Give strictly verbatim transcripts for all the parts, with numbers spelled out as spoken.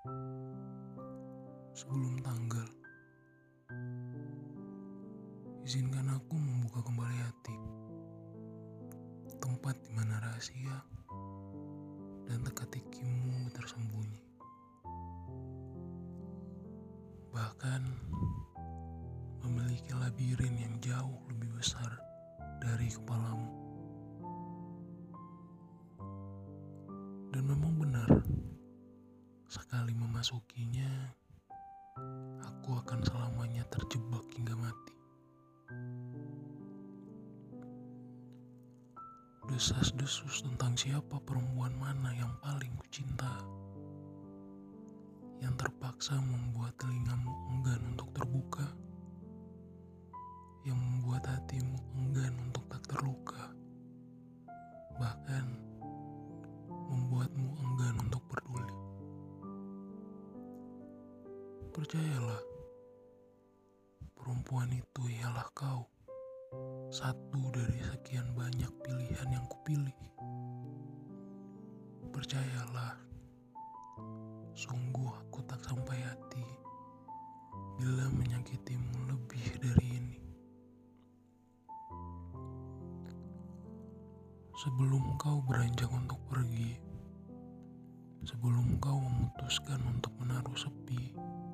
Sebelum tanggal, izinkan aku membuka kembali hati, tempat di mana rahasia dan teka-tekimu tersembunyi. Bahkan memiliki labirin yang jauh lebih besar dari kepalamu. Dan memang benar, sekali memasukinya, aku akan selamanya terjebak hingga mati. Desas-desus tentang siapa perempuan mana yang paling kucinta, yang terpaksa membuat telingamu enggan untuk terbuka, yang membuat hatimu enggan untuk tak terluka, bahkan membuatmu enggan untuk peduli. Percayalah, perempuan itu ialah kau, satu dari sekian banyak pilihan yang kupilih. Percayalah, sungguh aku tak sampai hati bila menyakitimu lebih dari ini. Sebelum kau beranjak untuk pergi, sebelum kau memutuskan untuk menaruh sepi,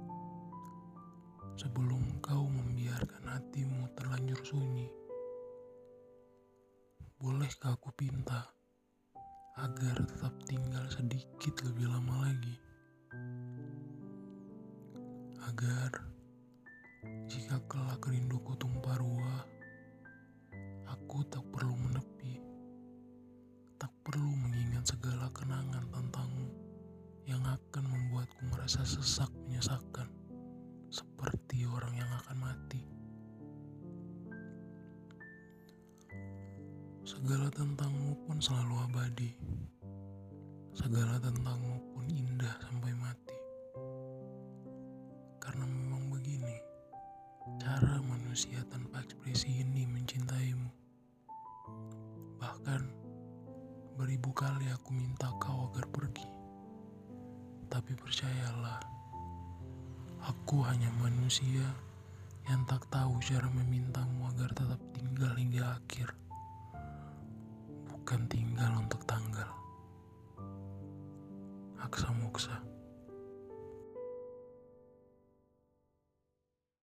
sebelum kau membiarkan hatimu terlanjur sunyi, bolehkah aku pinta agar tetap tinggal sedikit lebih lama lagi? Agar jika kelak rinduku tumpah ruah, aku tak perlu menepi, tak perlu mengingat segala kenangan tentangmu yang akan membuatku merasa sesak menyesakan, seperti orang yang akan mati. Segala tentangmu pun selalu abadi, segala tentangmu pun indah sampai mati. Karena memang begini cara manusia tanpa ekspresi ini mencintaimu. Bahkan beribu kali aku minta kau agar pergi, tapi percayalah, aku hanya manusia yang tak tahu cara memintamu agar tetap tinggal hingga akhir, bukan tinggal untuk tanggal. Aksa Moksa.